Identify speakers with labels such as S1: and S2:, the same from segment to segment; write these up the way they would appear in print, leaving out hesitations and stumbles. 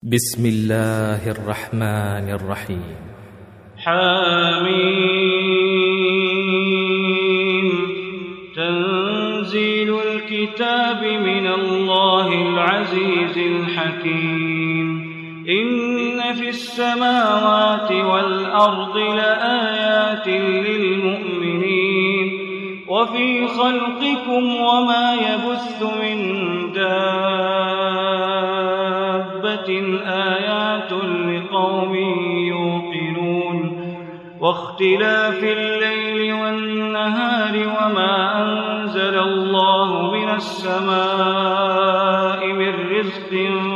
S1: بسم الله الرحمن الرحيم.
S2: حميم. تنزيل الكتاب من الله العزيز الحكيم. إن في السماوات والأرض لآيات للمؤمنين وفي خلقكم وما يبث من دابة آيات لقوم يوقنون واختلاف الليل والنهار وما أنزل الله من السماء من رزق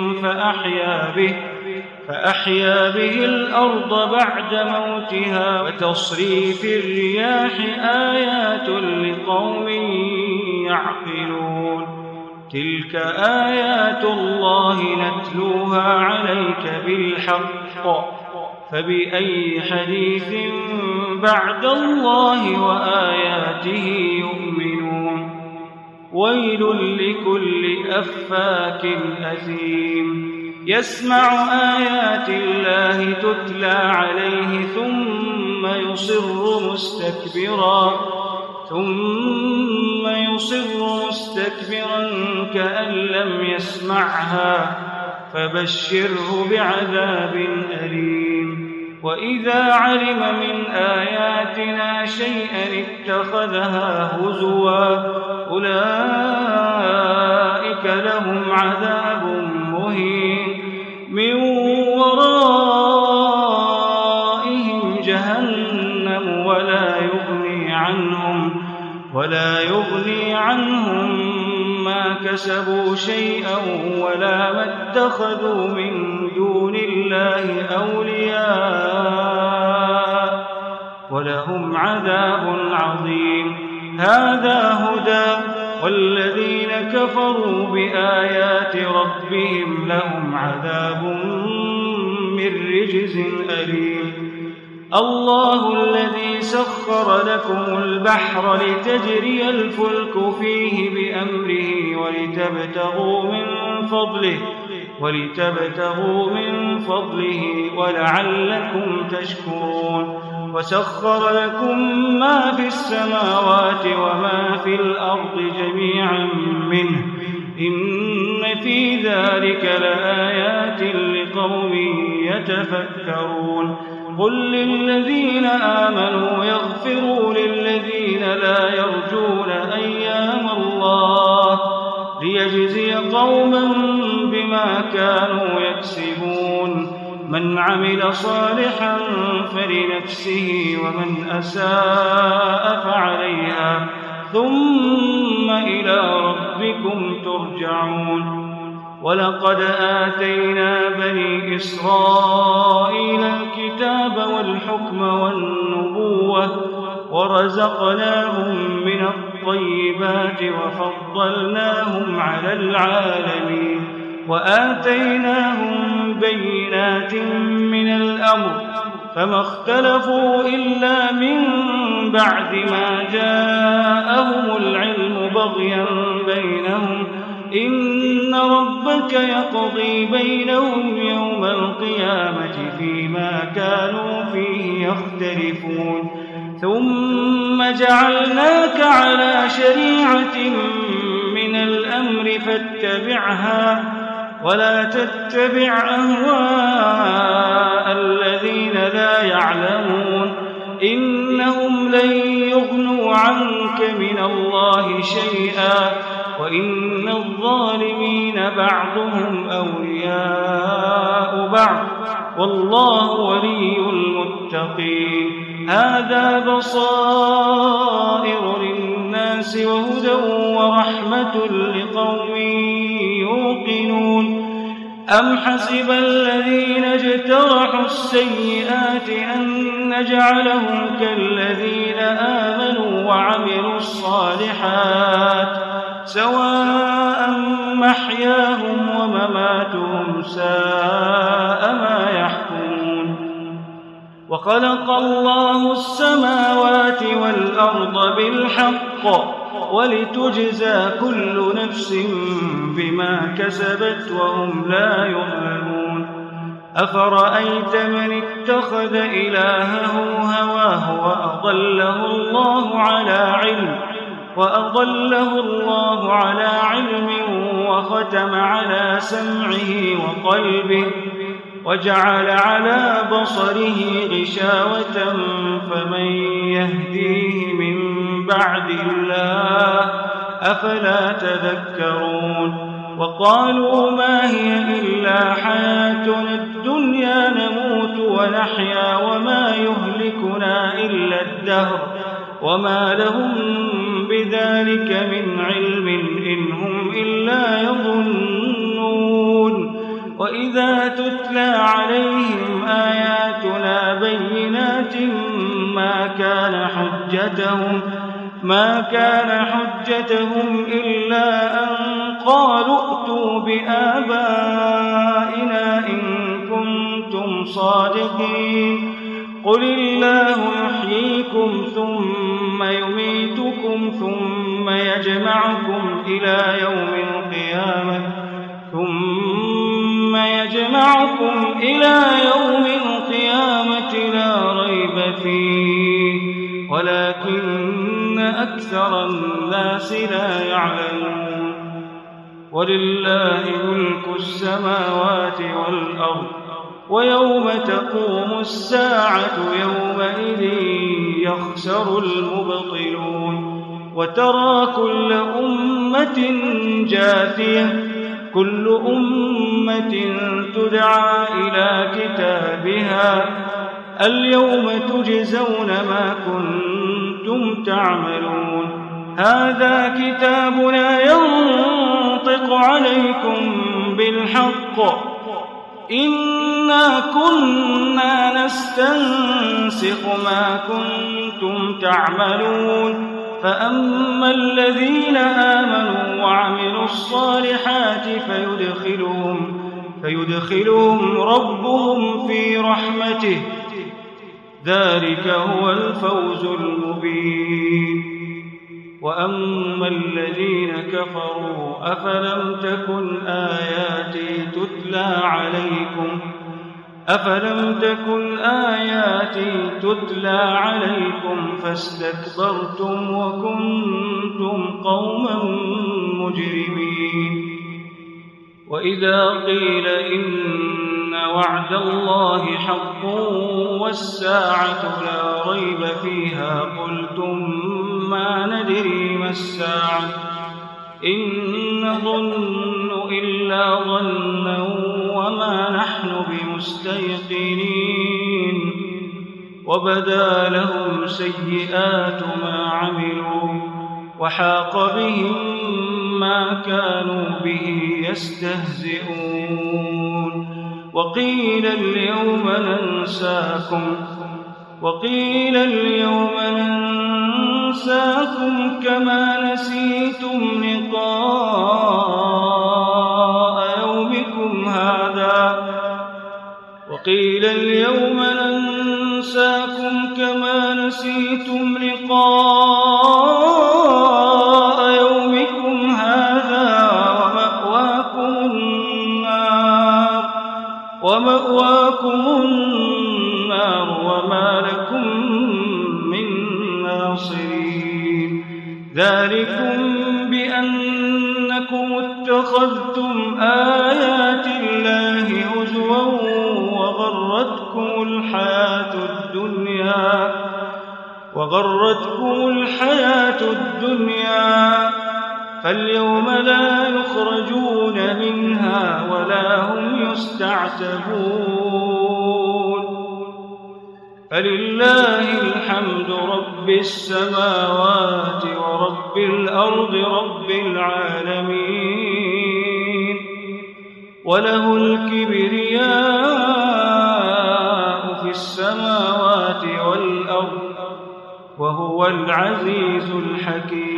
S2: فأحيا به الأرض بعد موتها وتصريف الرياح آيات لقوم يعقلون. تلك آيات الله نتلوها عليك بالحق فبأي حديث بعد الله وآياته يؤمنون. ويل لكل أفاك أثيم يسمع آيات الله تتلى عليه ثم يصر مستكبرا كأن لم يسمعها فبشره بعذاب أليم. وإذا علم من آياتنا شيئا اتخذها هزوا أولئك لهم عذاب مهين من ورائهم جهنم ولا يغني عنهم ما كسبوا شيئا ولا ما اتخذوا من دون الله أولياء ولهم عذاب عظيم. هذا هدى والذين كفروا بآيات ربهم لهم عذاب من رجز أليم. الله الذي سخر لكم البحر لتجري الفلك فيه بأمره ولتبتغوا من فضله ولعلكم تشكرون. وسخر لكم ما في السماوات وما في الأرض جميعا منه إن في ذلك لآيات لقوم يتفكرون. قل للذين آمنوا يغفروا للذين لا يرجون أيام الله ليجزي قوما بما كانوا يكسبون. من عمل صالحا فلنفسه ومن أساء فعليها ثم إلى ربكم ترجعون. ولقد آتينا بني إسرائيل الكتاب والحكم والنبوة ورزقناهم من الطيبات وفضلناهم على العالمين وآتيناهم بينات من الأمر فما اختلفوا إلا من بعد ما جاءهم العلم بغيا بينهم إن ربك يقضي بينهم يوم القيامة فيما كانوا فيه يختلفون. ثم جعلناك على شريعة من الأمر فاتبعها ولا تتبع أهواء الذين لا يعلمون إنهم لن يغنوا عنك من الله شيئا وإن الظالمين بعضهم أولياء بعض والله ولي المتقين. هذا بصائر للناس وهدى ورحمة لقوم يوقنون. أم حسب الذين اجترحوا السيئات أن نجعلهم كالذين آمنوا وعملوا الصالحات سواء محياهم ومماتهم ساء ما يحكمون. وخلق الله السماوات والأرض بالحق ولتجزى كل نفس بما كسبت وهم لا يظلمون. أفرأيت من اتخذ إلهه هواه وأضله الله على علم وختم على سمعه وقلبه وجعل على بصره غشاوة فمن يهديه من بعد الله أفلا تذكرون وقالوا ما هي إلا حياتنا الدنيا نموت ونحيا وما يهلكنا إلا الدهر وما لهم بذلك من علم إن هم إلا يظنون وإذا تتلى عليهم آياتنا بينات ما كان حجتهم إلا أن قالوا ائتوا بآبائنا إن كنتم صادقين قل الله يحييكم ثم يميتكم ثم يجمعكم إلى يوم القيامة لا ريب فيه ولكن أكثر الناس لا يعلمون ولله ملك السماوات والأرض ويوم تقوم الساعة يومئذ يخسر المبطلون وترى كل أمة جاثية كل أمة تدعى إلى كتابها اليوم تجزون ما كنتم تعملون هذا كتابنا ينطق عليكم بالحق إنا كنا نستنسخ ما كنتم تعملون فأما الذين آمنوا وعملوا الصالحات فيدخلهم ربهم في رحمته ذلك هو الفوز المبين وأما الذين كفروا أفلم تكن آياتي تتلى عليكم فاستكبرتم وكنتم قوما مجرمين وإذا قيل إن وعد الله حق والساعة لا ريب فيها قلتم ما ندري ما الساعة إن نظن إلا ظنا وما نحن بمستيقنين وبدا لهم سيئات ما عملوا وحاق بهم ما كانوا به يستهزئون وقيل اليوم ننساكم كما نسيتم لقاء يومكم هذا ومأواكم النار وما لكم من ناصرين ذلكم بأنكم اتخذتم آيات الله هزوا وغرتكم الحياة الدنيا فاليوم لا يخرجون منها ولا هم يستعتبون فلله الحمد رب السماوات ورب الأرض رب العالمين وله الكبرياء في السماوات والأرض وهو العزيز الحكيم